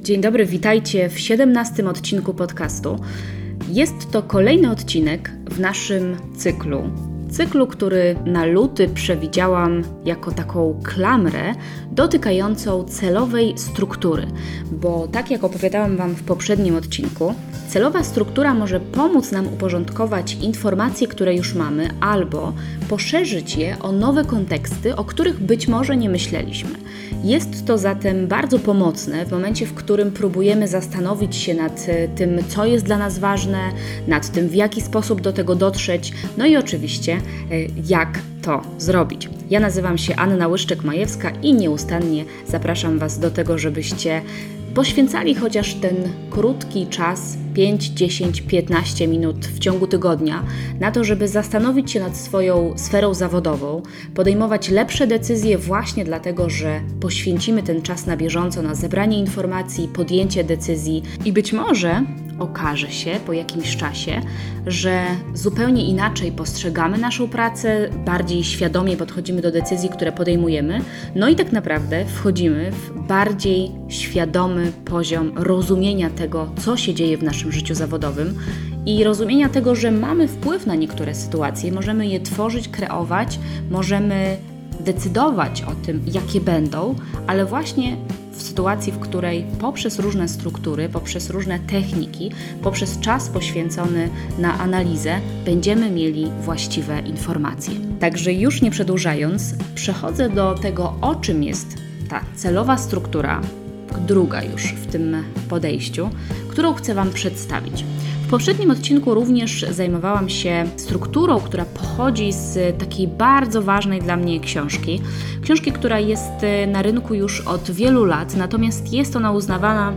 Dzień dobry, witajcie w 17 odcinku podcastu. Jest to kolejny odcinek w naszym cyklu, który na luty przewidziałam jako taką klamrę dotykającą celowej struktury, bo tak jak opowiadałam Wam w poprzednim odcinku, celowa struktura może pomóc nam uporządkować informacje, które już mamy, albo poszerzyć je o nowe konteksty, o których być może nie myśleliśmy. Jest to zatem bardzo pomocne w momencie, w którym próbujemy zastanowić się nad tym, co jest dla nas ważne, nad tym, w jaki sposób do tego dotrzeć, no i oczywiście, jak to zrobić. Ja nazywam się Anna Łyszczyk-Majewska i nieustannie zapraszam Was do tego, żebyście poświęcali chociaż ten krótki czas, 5, 10, 15 minut w ciągu tygodnia na to, żeby zastanowić się nad swoją sferą zawodową, podejmować lepsze decyzje właśnie dlatego, że poświęcimy ten czas na bieżąco na zebranie informacji, podjęcie decyzji i być może okaże się po jakimś czasie, że zupełnie inaczej postrzegamy naszą pracę, bardziej świadomie podchodzimy do decyzji, które podejmujemy, no i tak naprawdę wchodzimy w bardziej świadomy poziom rozumienia tego, co się dzieje w naszym życiu zawodowym i rozumienia tego, że mamy wpływ na niektóre sytuacje, możemy je tworzyć, kreować, możemy decydować o tym, jakie będą, ale właśnie w sytuacji, w której poprzez różne struktury, poprzez różne techniki, poprzez czas poświęcony na analizę będziemy mieli właściwe informacje. Także już nie przedłużając, przechodzę do tego, o czym jest ta celowa struktura, druga już w tym podejściu, którą chcę Wam przedstawić. W poprzednim odcinku również zajmowałam się strukturą, która pochodzi z takiej bardzo ważnej dla mnie książki, która jest na rynku już od wielu lat, natomiast jest ona uznawana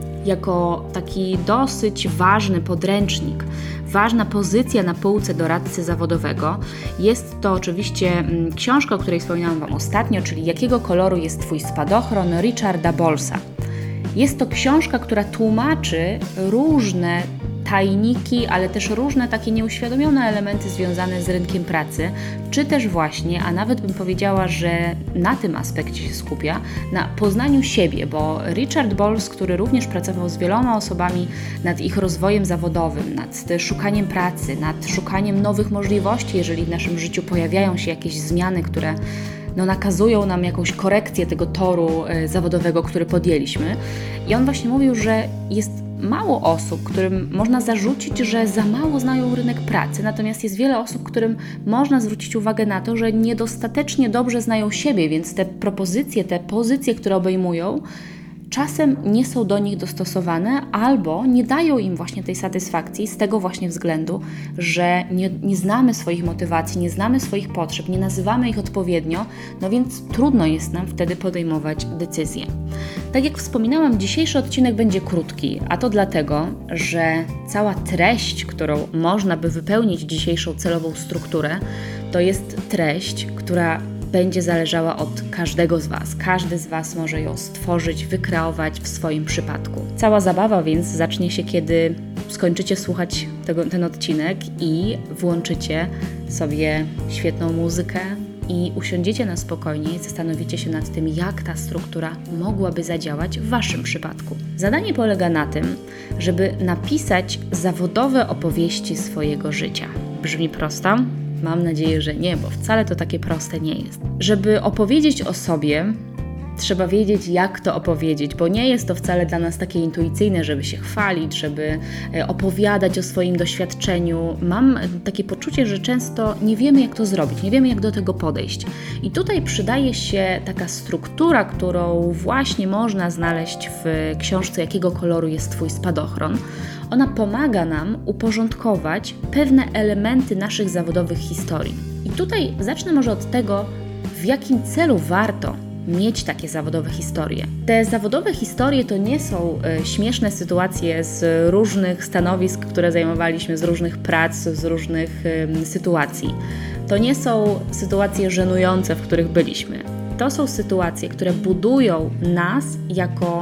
jako taki dosyć ważny podręcznik, ważna pozycja na półce doradcy zawodowego. Jest to oczywiście książka, o której wspominałam Wam ostatnio, czyli Jakiego koloru jest Twój spadochron Richarda Ballsa. Jest to książka, która tłumaczy różne tajniki, ale też różne takie nieuświadomione elementy związane z rynkiem pracy, czy też właśnie, a nawet bym powiedziała, że na tym aspekcie się skupia, na poznaniu siebie, bo Richard Balls, który również pracował z wieloma osobami nad ich rozwojem zawodowym, nad szukaniem pracy, nad szukaniem nowych możliwości, jeżeli w naszym życiu pojawiają się jakieś zmiany, które nakazują nam jakąś korekcję tego toru zawodowego, który podjęliśmy. I on właśnie mówił, że jest mało osób, którym można zarzucić, że za mało znają rynek pracy, natomiast jest wiele osób, którym można zwrócić uwagę na to, że niedostatecznie dobrze znają siebie, więc te propozycje, te pozycje, które obejmują, czasem nie są do nich dostosowane albo nie dają im właśnie tej satysfakcji z tego właśnie względu, że nie znamy swoich motywacji, nie znamy swoich potrzeb, nie nazywamy ich odpowiednio, no więc trudno jest nam wtedy podejmować decyzje. Tak jak wspominałam, dzisiejszy odcinek będzie krótki, a to dlatego, że cała treść, którą można by wypełnić dzisiejszą celową strukturę, to jest treść, która będzie zależała od każdego z Was. Każdy z Was może ją stworzyć, wykreować w swoim przypadku. Cała zabawa więc zacznie się, kiedy skończycie słuchać ten odcinek i włączycie sobie świetną muzykę i usiądziecie na spokojnie i zastanowicie się nad tym, jak ta struktura mogłaby zadziałać w Waszym przypadku. Zadanie polega na tym, żeby napisać zawodowe opowieści swojego życia. Brzmi prosto? Mam nadzieję, że nie, bo wcale to takie proste nie jest. Żeby opowiedzieć o sobie, trzeba wiedzieć, jak to opowiedzieć, bo nie jest to wcale dla nas takie intuicyjne, żeby się chwalić, żeby opowiadać o swoim doświadczeniu. Mam takie poczucie, że często nie wiemy, jak to zrobić, nie wiemy, jak do tego podejść. I tutaj przydaje się taka struktura, którą właśnie można znaleźć w książce Jakiego koloru jest Twój spadochron. Ona pomaga nam uporządkować pewne elementy naszych zawodowych historii. I tutaj zacznę może od tego, w jakim celu warto mieć takie zawodowe historie. Te zawodowe historie to nie są śmieszne sytuacje z różnych stanowisk, które zajmowaliśmy, z różnych prac, z różnych sytuacji. To nie są sytuacje żenujące, w których byliśmy. To są sytuacje, które budują nas jako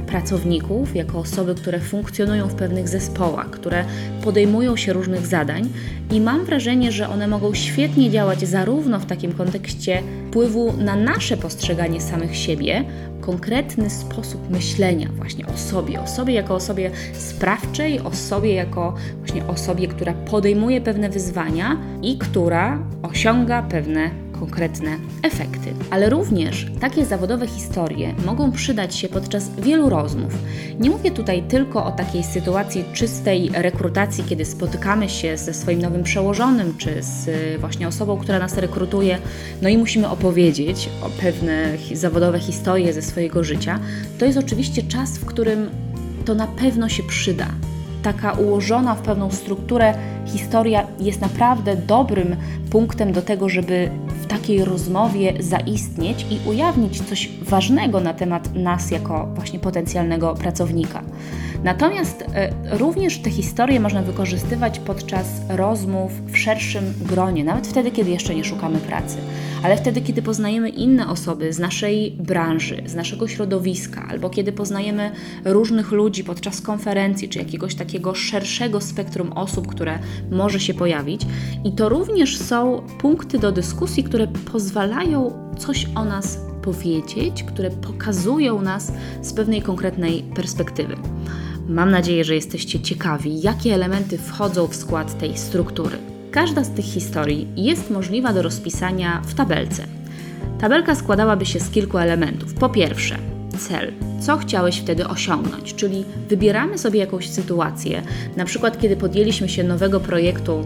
pracowników, jako osoby, które funkcjonują w pewnych zespołach, które podejmują się różnych zadań i mam wrażenie, że one mogą świetnie działać zarówno w takim kontekście wpływu na nasze postrzeganie samych siebie, konkretny sposób myślenia właśnie o sobie jako osobie sprawczej, o sobie jako właśnie osobie, która podejmuje pewne wyzwania i która osiąga pewne konkretne efekty. Ale również takie zawodowe historie mogą przydać się podczas wielu rozmów. Nie mówię tutaj tylko o takiej sytuacji czystej rekrutacji, kiedy spotykamy się ze swoim nowym przełożonym, czy z właśnie osobą, która nas rekrutuje, no i musimy opowiedzieć o pewne zawodowe historie ze swojego życia. To jest oczywiście czas, w którym to na pewno się przyda. Taka ułożona w pewną strukturę historia jest naprawdę dobrym punktem do tego, żeby w takiej rozmowie zaistnieć i ujawnić coś ważnego na temat nas jako właśnie potencjalnego pracownika. Natomiast również te historie można wykorzystywać podczas rozmów w szerszym gronie, nawet wtedy, kiedy jeszcze nie szukamy pracy, ale wtedy, kiedy poznajemy inne osoby z naszej branży, z naszego środowiska, albo kiedy poznajemy różnych ludzi podczas konferencji, czy jakiegoś takiego szerszego spektrum osób, które może się pojawić. I to również są punkty do dyskusji, które pozwalają coś o nas powiedzieć, które pokazują nas z pewnej konkretnej perspektywy. Mam nadzieję, że jesteście ciekawi, jakie elementy wchodzą w skład tej struktury. Każda z tych historii jest możliwa do rozpisania w tabelce. Tabelka składałaby się z kilku elementów. Po pierwsze, cel. Co chciałeś wtedy osiągnąć? Czyli wybieramy sobie jakąś sytuację, na przykład kiedy podjęliśmy się nowego projektu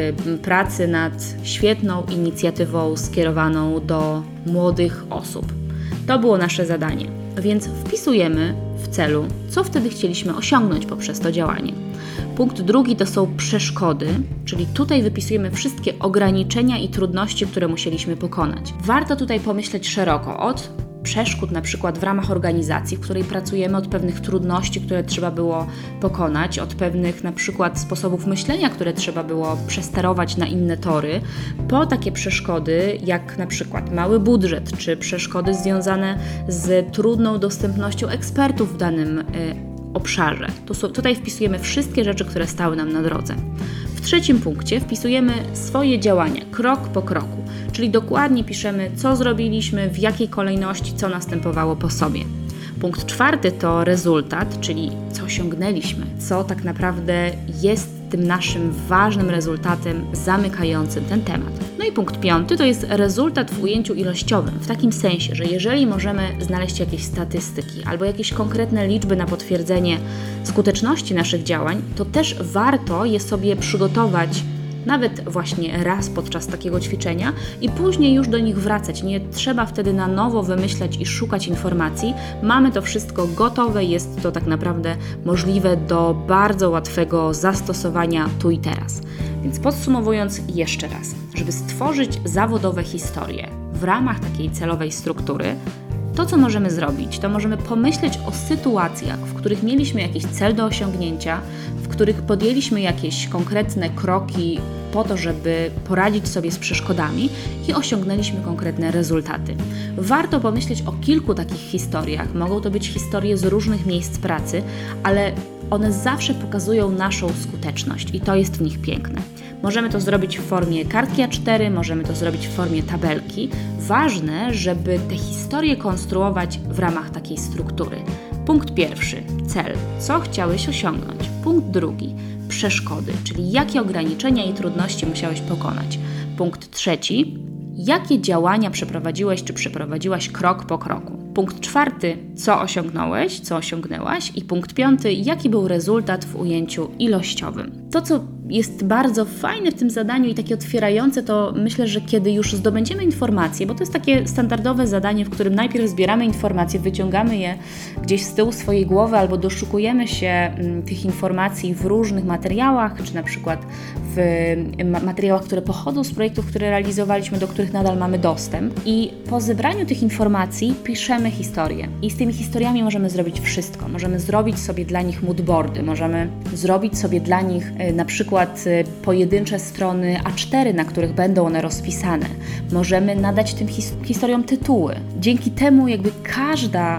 pracy nad świetną inicjatywą skierowaną do młodych osób. To było nasze zadanie, więc wpisujemy w celu, co wtedy chcieliśmy osiągnąć poprzez to działanie. Punkt drugi to są przeszkody, czyli tutaj wypisujemy wszystkie ograniczenia i trudności, które musieliśmy pokonać. Warto tutaj pomyśleć szeroko od przeszkód na przykład w ramach organizacji, w której pracujemy, od pewnych trudności, które trzeba było pokonać, od pewnych na przykład sposobów myślenia, które trzeba było przesterować na inne tory, po takie przeszkody jak na przykład mały budżet, czy przeszkody związane z trudną dostępnością ekspertów w danym obszarze. Tutaj wpisujemy wszystkie rzeczy, które stały nam na drodze. W trzecim punkcie wpisujemy swoje działania, krok po kroku, czyli dokładnie piszemy, co zrobiliśmy, w jakiej kolejności, co następowało po sobie. Punkt czwarty to rezultat, czyli co osiągnęliśmy, co tak naprawdę jest tym naszym ważnym rezultatem zamykającym ten temat. No i punkt piąty to jest rezultat w ujęciu ilościowym, w takim sensie, że jeżeli możemy znaleźć jakieś statystyki albo jakieś konkretne liczby na potwierdzenie skuteczności naszych działań, to też warto je sobie przygotować nawet właśnie raz podczas takiego ćwiczenia i później już do nich wracać. Nie trzeba wtedy na nowo wymyślać i szukać informacji. Mamy to wszystko gotowe, jest to tak naprawdę możliwe do bardzo łatwego zastosowania tu i teraz. Więc podsumowując jeszcze raz, żeby stworzyć zawodowe historie w ramach takiej celowej struktury, to, co możemy zrobić, to możemy pomyśleć o sytuacjach, w których mieliśmy jakiś cel do osiągnięcia, w których podjęliśmy jakieś konkretne kroki po to, żeby poradzić sobie z przeszkodami i osiągnęliśmy konkretne rezultaty. Warto pomyśleć o kilku takich historiach. Mogą to być historie z różnych miejsc pracy, ale one zawsze pokazują naszą skuteczność i to jest w nich piękne. Możemy to zrobić w formie kartki A4, możemy to zrobić w formie tabelki. Ważne, żeby te historie konstruować w ramach takiej struktury. Punkt pierwszy, cel. Co chciałeś osiągnąć? Punkt drugi, przeszkody, czyli jakie ograniczenia i trudności musiałeś pokonać. Punkt trzeci, jakie działania przeprowadziłeś czy przeprowadziłaś krok po kroku. Punkt czwarty, co osiągnąłeś, co osiągnęłaś i punkt piąty, jaki był rezultat w ujęciu ilościowym. To, co jest bardzo fajne w tym zadaniu i takie otwierające, to myślę, że kiedy już zdobędziemy informacje, bo to jest takie standardowe zadanie, w którym najpierw zbieramy informacje, wyciągamy je gdzieś z tyłu swojej głowy albo doszukujemy się tych informacji w różnych materiałach, czy na przykład w materiałach, które pochodzą z projektów, które realizowaliśmy, do których nadal mamy dostęp. I po zebraniu tych informacji piszemy historię. I z tymi historiami możemy zrobić wszystko. Możemy zrobić sobie dla nich moodboardy, możemy zrobić sobie dla nich na przykład pojedyncze strony A4, na których będą one rozpisane. Możemy nadać tym historiom tytuły. Dzięki temu jakby każda z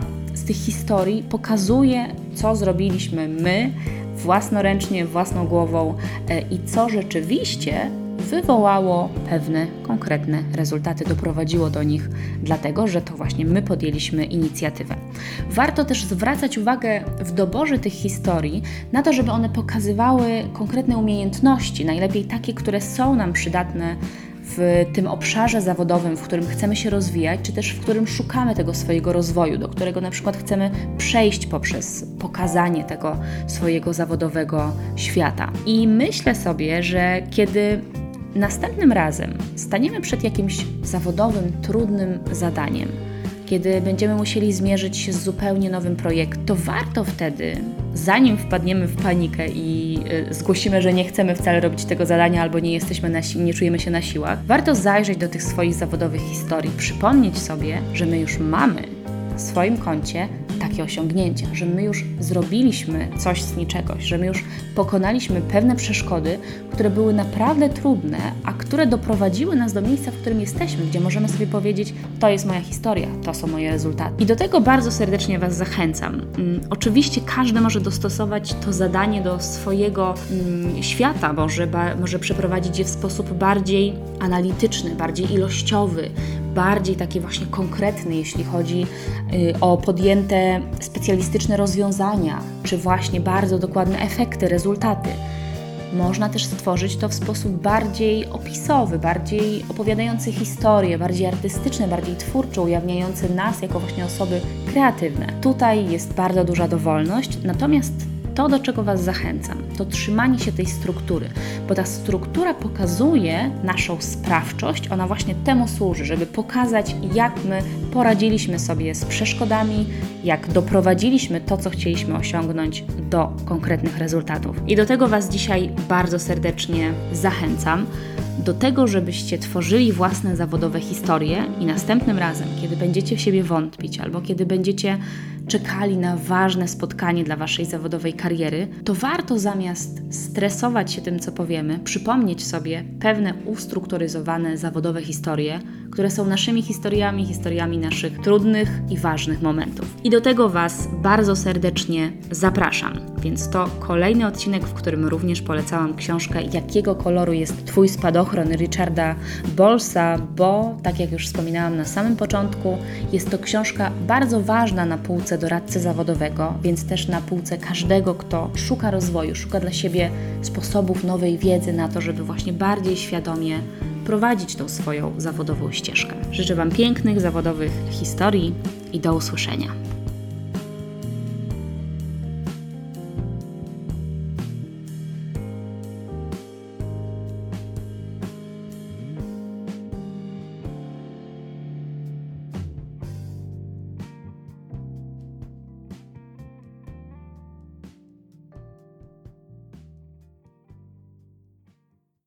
z tych historii pokazuje, co zrobiliśmy my własnoręcznie, własną głową i co rzeczywiście wywołało pewne konkretne rezultaty, doprowadziło do nich, dlatego że to właśnie my podjęliśmy inicjatywę. Warto też zwracać uwagę w doborze tych historii na to, żeby one pokazywały konkretne umiejętności, najlepiej takie, które są nam przydatne w tym obszarze zawodowym, w którym chcemy się rozwijać, czy też w którym szukamy tego swojego rozwoju, do którego na przykład chcemy przejść poprzez pokazanie tego swojego zawodowego świata. I myślę sobie, że kiedy następnym razem staniemy przed jakimś zawodowym, trudnym zadaniem, kiedy będziemy musieli zmierzyć się z zupełnie nowym projektem, to warto wtedy, zanim wpadniemy w panikę i zgłosimy, że nie chcemy wcale robić tego zadania albo nie czujemy się na siłach, warto zajrzeć do tych swoich zawodowych historii, przypomnieć sobie, że my już mamy na swoim koncie takie osiągnięcia, że my już zrobiliśmy coś z niczegoś, że my już pokonaliśmy pewne przeszkody, które były naprawdę trudne, a które doprowadziły nas do miejsca, w którym jesteśmy, gdzie możemy sobie powiedzieć, to jest moja historia, to są moje rezultaty. I do tego bardzo serdecznie Was zachęcam. Oczywiście każdy może dostosować to zadanie do swojego świata, może przeprowadzić je w sposób bardziej analityczny, bardziej ilościowy, bardziej taki właśnie konkretny, jeśli chodzi o podjęte specjalistyczne rozwiązania, czy właśnie bardzo dokładne efekty, rezultaty. Można też stworzyć to w sposób bardziej opisowy, bardziej opowiadający historię, bardziej artystyczny, bardziej twórczy, ujawniający nas jako właśnie osoby kreatywne. Tutaj jest bardzo duża dowolność, natomiast to, do czego Was zachęcam, to trzymanie się tej struktury, bo ta struktura pokazuje naszą sprawczość, ona właśnie temu służy, żeby pokazać, jak my poradziliśmy sobie z przeszkodami, jak doprowadziliśmy to, co chcieliśmy osiągnąć, do konkretnych rezultatów. I do tego Was dzisiaj bardzo serdecznie zachęcam, do tego, żebyście tworzyli własne zawodowe historie i następnym razem, kiedy będziecie w siebie wątpić albo kiedy będziecie czekali na ważne spotkanie dla Waszej zawodowej kariery, to warto zamiast stresować się tym, co powiemy, przypomnieć sobie pewne ustrukturyzowane zawodowe historie, które są naszymi historiami naszych trudnych i ważnych momentów. I do tego Was bardzo serdecznie zapraszam. Więc to kolejny odcinek, w którym również polecałam książkę Jakiego koloru jest Twój spadochron Richarda Bowlesa, bo tak jak już wspominałam na samym początku, jest to książka bardzo ważna na półce doradcy zawodowego, więc też na półce każdego, kto szuka rozwoju, szuka dla siebie sposobów nowej wiedzy na to, żeby właśnie bardziej świadomie prowadzić tą swoją zawodową ścieżkę. Życzę Wam pięknych zawodowych historii i do usłyszenia.